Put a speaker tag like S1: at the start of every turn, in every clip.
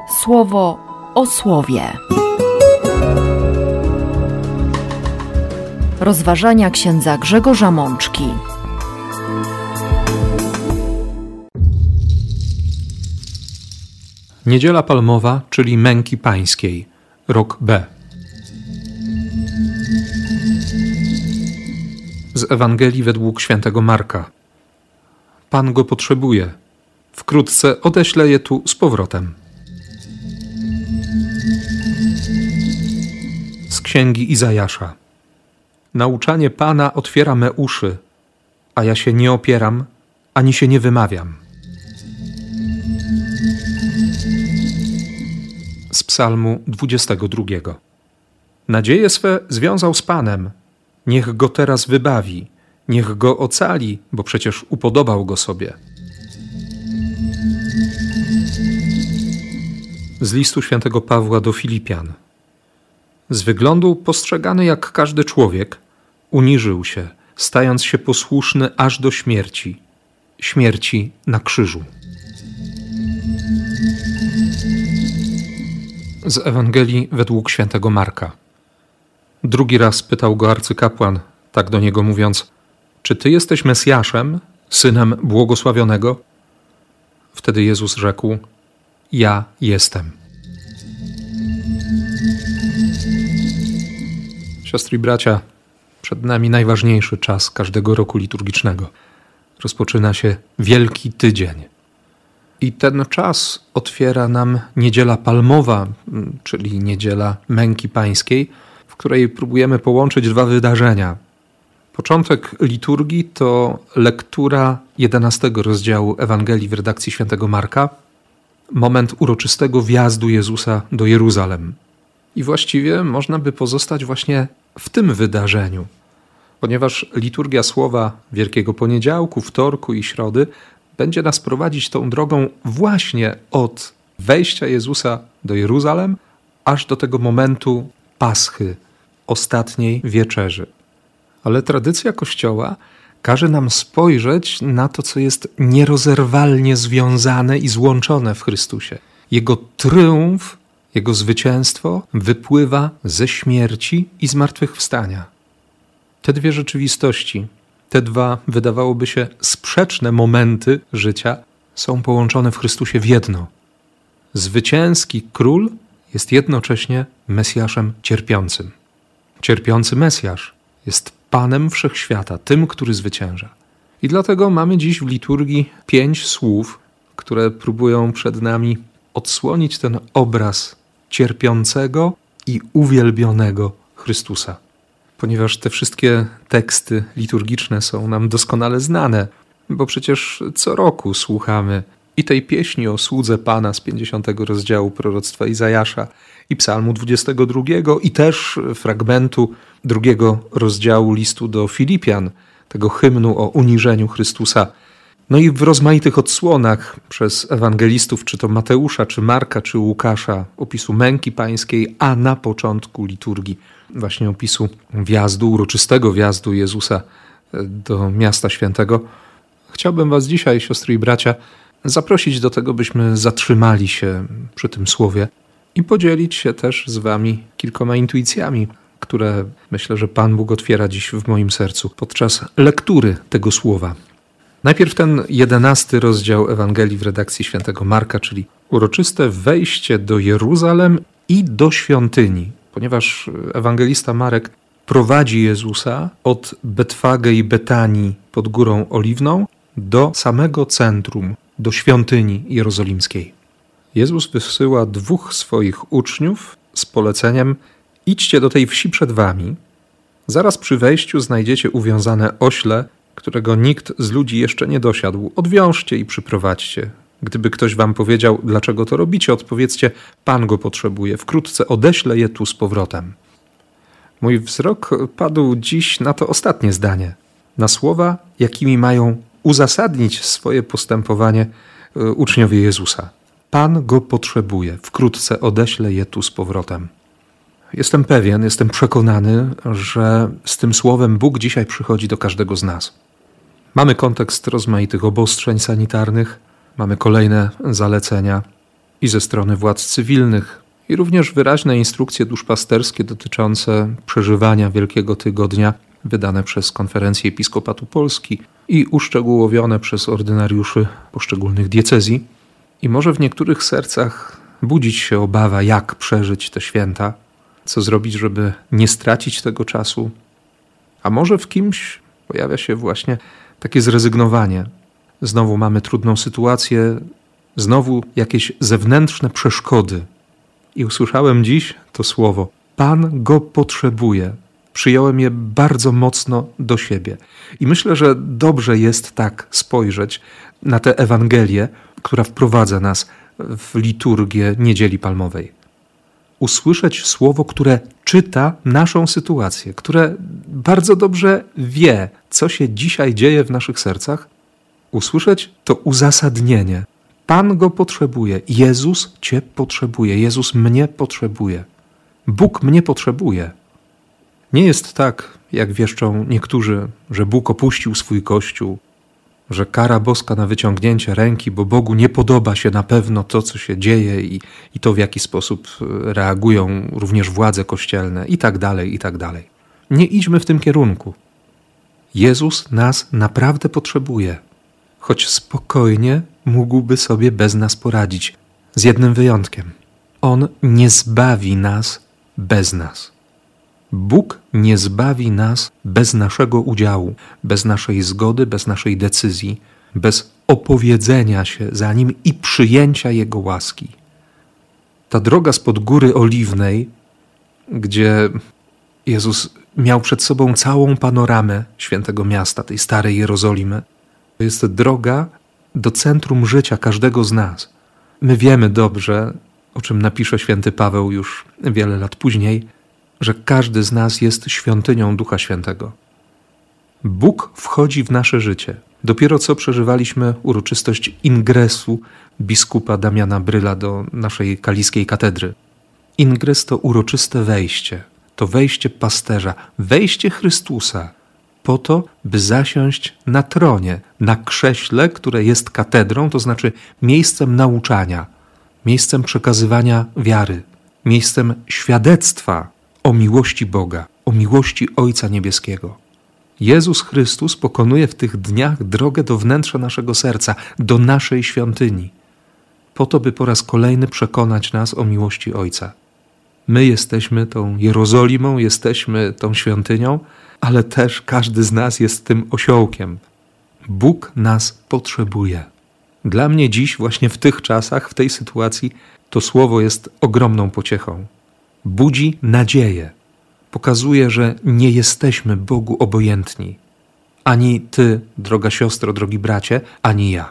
S1: Słowo o słowie. Rozważania księdza Grzegorza Mączki.
S2: Niedziela Palmowa, czyli Męki Pańskiej, rok B. Z Ewangelii według świętego Marka. Pan go potrzebuje. Wkrótce odeślę je tu z powrotem. Z księgi Izajasza. Nauczanie Pana otwiera me uszy, a ja się nie opieram, ani się nie wymawiam. Z Psalmu 22. Nadzieje swe związał z Panem. Niech go teraz wybawi, niech go ocali, bo przecież upodobał go sobie. Z listu świętego Pawła do Filipian. Z wyglądu postrzegany jak każdy człowiek, uniżył się, stając się posłuszny aż do śmierci. Śmierci na krzyżu. Z Ewangelii według świętego Marka. Drugi raz pytał go arcykapłan, tak do niego mówiąc: czy ty jesteś Mesjaszem, synem błogosławionego? Wtedy Jezus rzekł: ja jestem. Siostry i bracia, przed nami najważniejszy czas każdego roku liturgicznego. Rozpoczyna się Wielki Tydzień. I ten czas otwiera nam Niedziela Palmowa, czyli Niedziela Męki Pańskiej, w której próbujemy połączyć dwa wydarzenia. Początek liturgii to lektura 11 rozdziału Ewangelii w redakcji świętego Marka, moment uroczystego wjazdu Jezusa do Jeruzalem. I właściwie można by pozostać właśnie w tym wydarzeniu, ponieważ liturgia słowa Wielkiego Poniedziałku, Wtorku i Środy będzie nas prowadzić tą drogą właśnie od wejścia Jezusa do Jeruzalem, aż do tego momentu Paschy, ostatniej wieczerzy. Ale tradycja Kościoła każe nam spojrzeć na to, co jest nierozerwalnie związane i złączone w Chrystusie. Jego triumf, Jego zwycięstwo wypływa ze śmierci i zmartwychwstania. Te dwie rzeczywistości, te dwa, wydawałoby się, sprzeczne momenty życia są połączone w Chrystusie w jedno. Zwycięski król jest jednocześnie Mesjaszem cierpiącym. Cierpiący Mesjasz jest Panem Wszechświata, tym, który zwycięża. I dlatego mamy dziś w liturgii 5 słów, które próbują przed nami odsłonić ten obraz cierpiącego i uwielbionego Chrystusa. Ponieważ te wszystkie teksty liturgiczne są nam doskonale znane, bo przecież co roku słuchamy i tej pieśni o słudze Pana z 50 rozdziału proroctwa Izajasza i Psalmu 22 i też fragmentu 2 rozdziału listu do Filipian, tego hymnu o uniżeniu Chrystusa. No i w rozmaitych odsłonach przez ewangelistów, czy to Mateusza, czy Marka, czy Łukasza, opisu Męki Pańskiej, a na początku liturgii właśnie opisu wjazdu, uroczystego wjazdu Jezusa do miasta świętego. Chciałbym was dzisiaj, siostry i bracia, zaprosić do tego, byśmy zatrzymali się przy tym słowie i podzielić się też z wami kilkoma intuicjami, które myślę, że Pan Bóg otwiera dziś w moim sercu podczas lektury tego słowa. Najpierw ten 11 rozdział Ewangelii w redakcji świętego Marka, czyli uroczyste wejście do Jeruzalem i do świątyni, ponieważ ewangelista Marek prowadzi Jezusa od Betfage i Betanii pod Górą Oliwną do samego centrum, do świątyni jerozolimskiej. Jezus wysyła 2 swoich uczniów z poleceniem: idźcie do tej wsi przed wami, zaraz przy wejściu znajdziecie uwiązane ośle, którego nikt z ludzi jeszcze nie dosiadł. Odwiążcie i przyprowadźcie. Gdyby ktoś wam powiedział, dlaczego to robicie, odpowiedzcie: Pan go potrzebuje, wkrótce odeślę je tu z powrotem. Mój wzrok padł dziś na to ostatnie zdanie, na słowa, jakimi mają uzasadnić swoje postępowanie uczniowie Jezusa. Pan go potrzebuje, wkrótce odeślę je tu z powrotem. Jestem pewien, jestem przekonany, że z tym słowem Bóg dzisiaj przychodzi do każdego z nas. Mamy kontekst rozmaitych obostrzeń sanitarnych, mamy kolejne zalecenia. i ze strony władz cywilnych, i również wyraźne instrukcje duszpasterskie dotyczące przeżywania Wielkiego Tygodnia, wydane przez Konferencję Episkopatu Polski i uszczegółowione przez ordynariuszy poszczególnych diecezji. I może w niektórych sercach budzić się obawa, jak przeżyć te święta, co zrobić, żeby nie stracić tego czasu. A może w kimś pojawia się właśnie takie zrezygnowanie. Znowu mamy trudną sytuację, znowu jakieś zewnętrzne przeszkody. I usłyszałem dziś to słowo: Pan go potrzebuje. Przyjąłem je bardzo mocno do siebie. I myślę, że dobrze jest tak spojrzeć na tę Ewangelię, która wprowadza nas w liturgię Niedzieli Palmowej. Usłyszeć słowo, które czyta naszą sytuację, które bardzo dobrze wie, co się dzisiaj dzieje w naszych sercach. Usłyszeć to uzasadnienie. Pan go potrzebuje. Jezus cię potrzebuje. Jezus mnie potrzebuje. Bóg mnie potrzebuje. Nie jest tak, jak wieszczą niektórzy, że Bóg opuścił swój Kościół, że kara boska na wyciągnięcie ręki, bo Bogu nie podoba się na pewno to, co się dzieje i to, w jaki sposób reagują również władze kościelne i tak dalej, i tak dalej. Nie idźmy w tym kierunku. Jezus nas naprawdę potrzebuje, choć spokojnie mógłby sobie bez nas poradzić, z jednym wyjątkiem. On nie zbawi nas bez nas. Bóg nie zbawi nas bez naszego udziału, bez naszej zgody, bez naszej decyzji, bez opowiedzenia się za Nim i przyjęcia Jego łaski. Ta droga spod Góry Oliwnej, gdzie Jezus miał przed sobą całą panoramę świętego miasta, tej starej Jerozolimy, to jest droga do centrum życia każdego z nas. My wiemy dobrze, o czym napisze święty Paweł już wiele lat później, że każdy z nas jest świątynią Ducha Świętego. Bóg wchodzi w nasze życie. Dopiero co przeżywaliśmy uroczystość ingresu biskupa Damiana Bryla do naszej kaliskiej katedry. Ingres to uroczyste wejście, to wejście pasterza, wejście Chrystusa, po to, by zasiąść na tronie, na krześle, które jest katedrą, to znaczy miejscem nauczania, miejscem przekazywania wiary, miejscem świadectwa o miłości Boga, o miłości Ojca Niebieskiego. Jezus Chrystus pokonuje w tych dniach drogę do wnętrza naszego serca, do naszej świątyni, po to, by po raz kolejny przekonać nas o miłości Ojca. My jesteśmy tą Jerozolimą, jesteśmy tą świątynią, ale też każdy z nas jest tym osiołkiem. Bóg nas potrzebuje. Dla mnie dziś, właśnie w tych czasach, w tej sytuacji, to słowo jest ogromną pociechą. Budzi nadzieję. Pokazuje, że nie jesteśmy Bogu obojętni. Ani ty, droga siostro, drogi bracie, ani ja.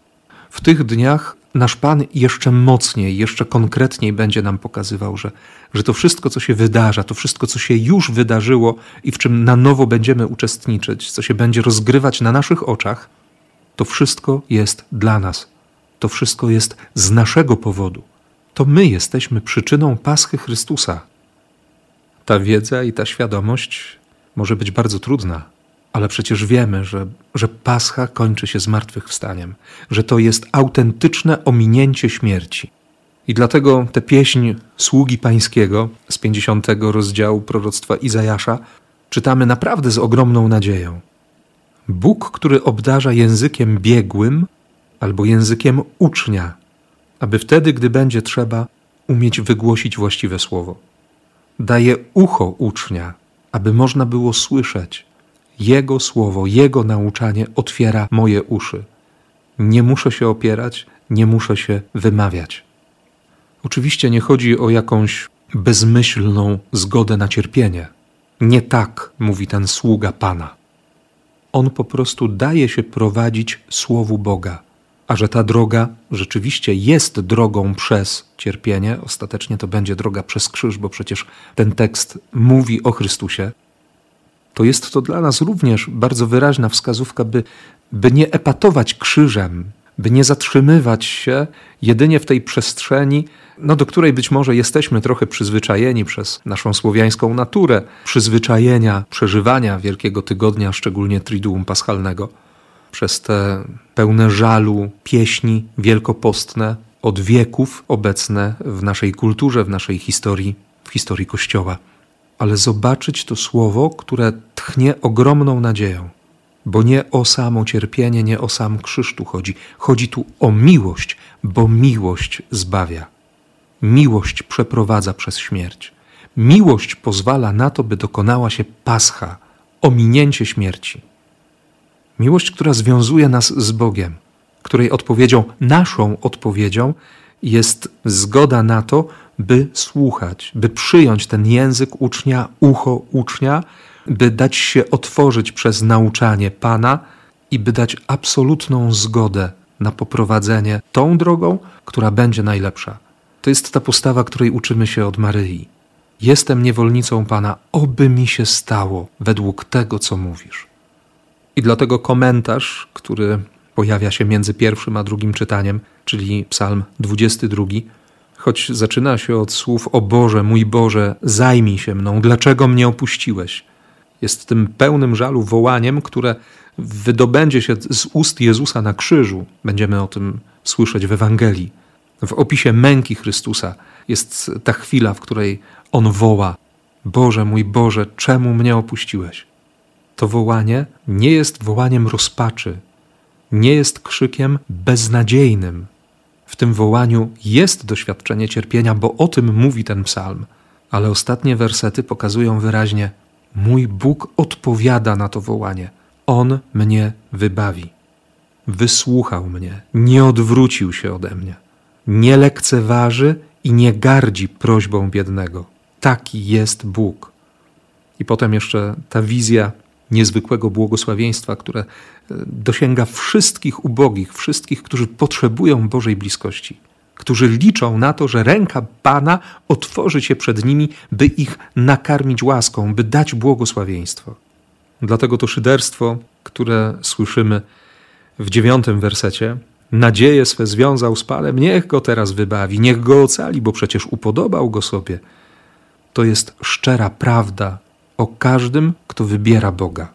S2: W tych dniach nasz Pan jeszcze mocniej, jeszcze konkretniej będzie nam pokazywał, że to wszystko, co się wydarza, to wszystko, co się już wydarzyło i w czym na nowo będziemy uczestniczyć, co się będzie rozgrywać na naszych oczach, to wszystko jest dla nas. To wszystko jest z naszego powodu. To my jesteśmy przyczyną Paschy Chrystusa. Ta wiedza i ta świadomość może być bardzo trudna, ale przecież wiemy, że Pascha kończy się zmartwychwstaniem, że to jest autentyczne ominięcie śmierci. I dlatego tę pieśń Sługi Pańskiego z 50 rozdziału proroctwa Izajasza czytamy naprawdę z ogromną nadzieją. Bóg, który obdarza językiem biegłym albo językiem ucznia, aby wtedy, gdy będzie trzeba, umieć wygłosić właściwe słowo. Daje ucho ucznia, aby można było słyszeć. Jego słowo, Jego nauczanie otwiera moje uszy. Nie muszę się opierać, nie muszę się wymawiać. Oczywiście nie chodzi o jakąś bezmyślną zgodę na cierpienie. Nie tak mówi ten sługa Pana. On po prostu daje się prowadzić Słowu Boga. A że ta droga rzeczywiście jest drogą przez cierpienie, ostatecznie to będzie droga przez krzyż, bo przecież ten tekst mówi o Chrystusie, to jest to dla nas również bardzo wyraźna wskazówka, by nie epatować krzyżem, by nie zatrzymywać się jedynie w tej przestrzeni, do której być może jesteśmy trochę przyzwyczajeni przez naszą słowiańską naturę, przyzwyczajenia, przeżywania Wielkiego Tygodnia, szczególnie Triduum Paschalnego, przez te pełne żalu pieśni wielkopostne, od wieków obecne w naszej kulturze, w naszej historii, w historii Kościoła. Ale zobaczyć to słowo, które tchnie ogromną nadzieją. Bo nie o samo cierpienie, nie o sam krzyż tu chodzi. Chodzi tu o miłość, bo miłość zbawia. Miłość przeprowadza przez śmierć. Miłość pozwala na to, by dokonała się pascha, ominięcie śmierci. Miłość, która związuje nas z Bogiem, której odpowiedzią, naszą odpowiedzią jest zgoda na to, by słuchać, by przyjąć ten język ucznia, ucho ucznia, by dać się otworzyć przez nauczanie Pana i by dać absolutną zgodę na poprowadzenie tą drogą, która będzie najlepsza. To jest ta postawa, której uczymy się od Maryi. Jestem niewolnicą Pana, oby mi się stało według tego, co mówisz. I dlatego komentarz, który pojawia się między pierwszym a drugim czytaniem, czyli Psalm 22, choć zaczyna się od słów: o Boże, mój Boże, zajmij się mną, dlaczego mnie opuściłeś? Jest tym pełnym żalu wołaniem, które wydobędzie się z ust Jezusa na krzyżu. Będziemy o tym słyszeć w Ewangelii. W opisie męki Chrystusa jest ta chwila, w której On woła: Boże, mój Boże, czemu mnie opuściłeś? To wołanie nie jest wołaniem rozpaczy, nie jest krzykiem beznadziejnym. W tym wołaniu jest doświadczenie cierpienia, bo o tym mówi ten psalm. Ale ostatnie wersety pokazują wyraźnie: mój Bóg odpowiada na to wołanie. On mnie wybawi. Wysłuchał mnie, nie odwrócił się ode mnie. Nie lekceważy i nie gardzi prośbą biednego. Taki jest Bóg. I potem jeszcze ta wizja niezwykłego błogosławieństwa, które dosięga wszystkich ubogich, wszystkich, którzy potrzebują Bożej bliskości, którzy liczą na to, że ręka Pana otworzy się przed nimi, by ich nakarmić łaską, by dać błogosławieństwo. Dlatego to szyderstwo, które słyszymy w 9 wersecie: nadzieję swe związał z Panem, niech go teraz wybawi, niech go ocali, bo przecież upodobał go sobie. To jest szczera prawda o każdym, kto wybiera Boga.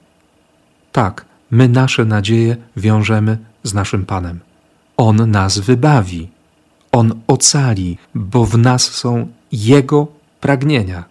S2: Tak, my nasze nadzieje wiążemy z naszym Panem. On nas wybawi. On ocali, bo w nas są Jego pragnienia.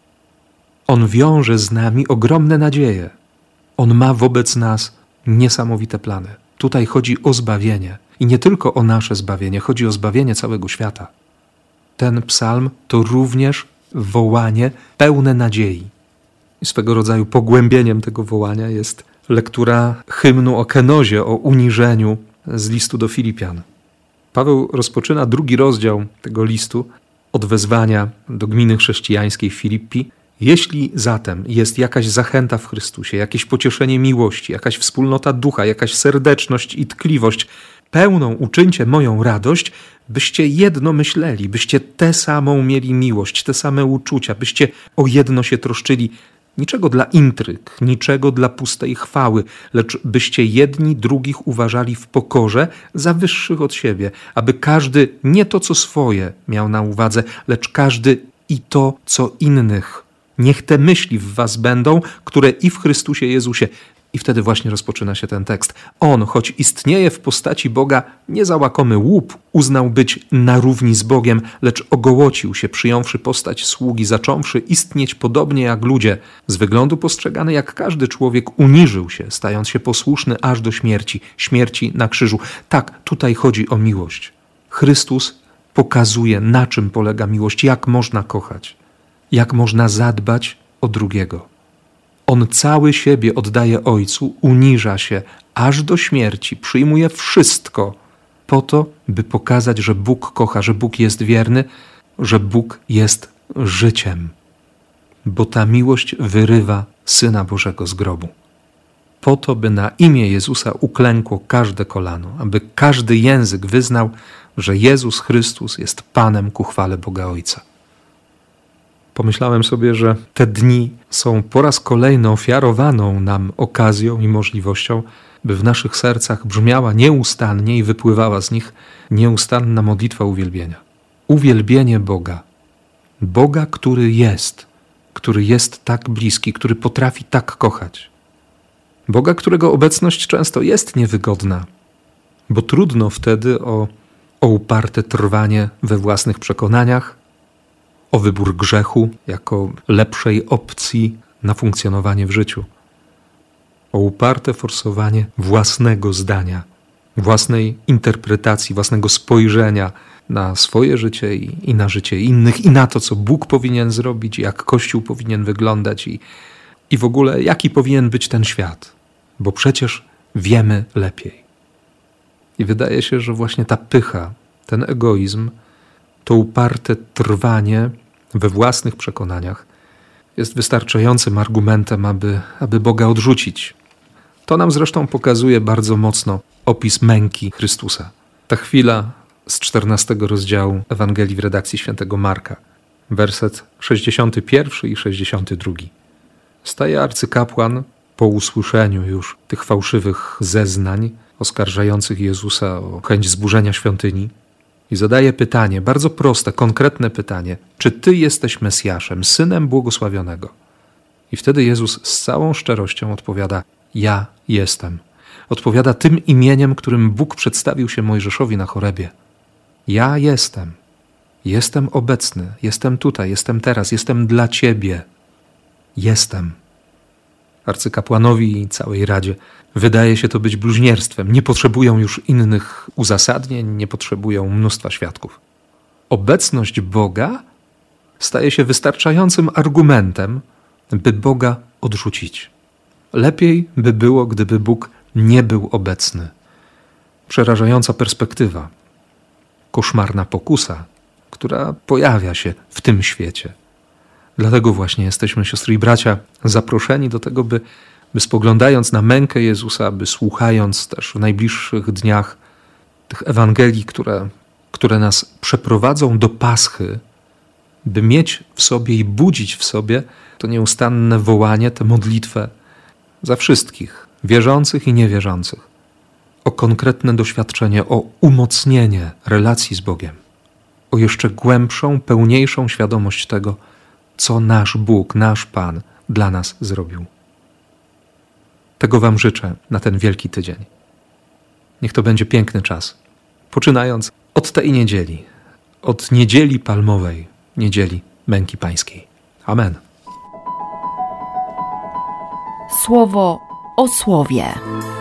S2: On wiąże z nami ogromne nadzieje. On ma wobec nas niesamowite plany. Tutaj chodzi o zbawienie. I nie tylko o nasze zbawienie, chodzi o zbawienie całego świata. Ten psalm to również wołanie pełne nadziei. I swego rodzaju pogłębieniem tego wołania jest lektura hymnu o kenozie, o uniżeniu z listu do Filipian. Paweł rozpoczyna 2 rozdział tego listu od wezwania do gminy chrześcijańskiej w Filippi. Jeśli zatem jest jakaś zachęta w Chrystusie, jakieś pocieszenie miłości, jakaś wspólnota ducha, jakaś serdeczność i tkliwość, pełną uczyńcie moją radość, byście jedno myśleli, byście tę samą mieli miłość, te same uczucia, byście o jedno się troszczyli. Niczego dla intryg, niczego dla pustej chwały, lecz byście jedni drugich uważali w pokorze za wyższych od siebie, aby każdy nie to, co swoje miał na uwadze, lecz każdy i to, co innych. Niech te myśli w was będą, które i w Chrystusie Jezusie. I wtedy właśnie rozpoczyna się ten tekst. On, choć istnieje w postaci Boga, nie za łakomy łup uznał być na równi z Bogiem, lecz ogołocił się, przyjąwszy postać sługi, zacząwszy istnieć podobnie jak ludzie. Z wyglądu postrzegany jak każdy człowiek uniżył się, stając się posłuszny aż do śmierci, śmierci na krzyżu. Tak, tutaj chodzi o miłość. Chrystus pokazuje, na czym polega miłość, jak można kochać, jak można zadbać o drugiego. On cały siebie oddaje Ojcu, uniża się aż do śmierci, przyjmuje wszystko po to, by pokazać, że Bóg kocha, że Bóg jest wierny, że Bóg jest życiem. Bo ta miłość wyrywa Syna Bożego z grobu. Po to, by na imię Jezusa uklękło każde kolano, aby każdy język wyznał, że Jezus Chrystus jest Panem ku chwale Boga Ojca. Pomyślałem sobie, że te dni są po raz kolejny ofiarowaną nam okazją i możliwością, by w naszych sercach brzmiała nieustannie i wypływała z nich nieustanna modlitwa uwielbienia. Uwielbienie Boga. Boga, który jest tak bliski, który potrafi tak kochać. Boga, którego obecność często jest niewygodna, bo trudno wtedy o o uparte trwanie we własnych przekonaniach, o wybór grzechu jako lepszej opcji na funkcjonowanie w życiu, o uparte forsowanie własnego zdania, własnej interpretacji, własnego spojrzenia na swoje życie i na życie innych, i na to, co Bóg powinien zrobić, jak Kościół powinien wyglądać i w ogóle jaki powinien być ten świat, bo przecież wiemy lepiej. I wydaje się, że właśnie ta pycha, ten egoizm, to uparte trwanie we własnych przekonaniach jest wystarczającym argumentem, aby Boga odrzucić. To nam zresztą pokazuje bardzo mocno opis męki Chrystusa. Ta chwila z 14 rozdziału Ewangelii w redakcji świętego Marka, werset 61 i 62. Staje arcykapłan po usłyszeniu już tych fałszywych zeznań oskarżających Jezusa o chęć zburzenia świątyni i zadaje pytanie, bardzo proste, konkretne pytanie: czy Ty jesteś Mesjaszem, Synem Błogosławionego? I wtedy Jezus z całą szczerością odpowiada: ja jestem. Odpowiada tym imieniem, którym Bóg przedstawił się Mojżeszowi na Chorebie. Ja jestem. Jestem obecny. Jestem tutaj. Jestem teraz. Jestem dla Ciebie. Jestem. Arcykapłanowi i całej Radzie wydaje się to być bluźnierstwem. Nie potrzebują już innych uzasadnień, nie potrzebują mnóstwa świadków. Obecność Boga staje się wystarczającym argumentem, by Boga odrzucić. Lepiej by było, gdyby Bóg nie był obecny. Przerażająca perspektywa. Koszmarna pokusa, która pojawia się w tym świecie. Dlatego właśnie jesteśmy, siostry i bracia, zaproszeni do tego, by spoglądając na mękę Jezusa, by słuchając też w najbliższych dniach tych Ewangelii, które nas przeprowadzą do Paschy, by mieć w sobie i budzić w sobie to nieustanne wołanie, tę modlitwę za wszystkich, wierzących i niewierzących, o konkretne doświadczenie, o umocnienie relacji z Bogiem, o jeszcze głębszą, pełniejszą świadomość tego, co nasz Bóg, nasz Pan dla nas zrobił. Tego Wam życzę na ten wielki tydzień. Niech to będzie piękny czas, poczynając od tej niedzieli, od Niedzieli Palmowej, Niedzieli Męki Pańskiej. Amen.
S1: Słowo o słowie.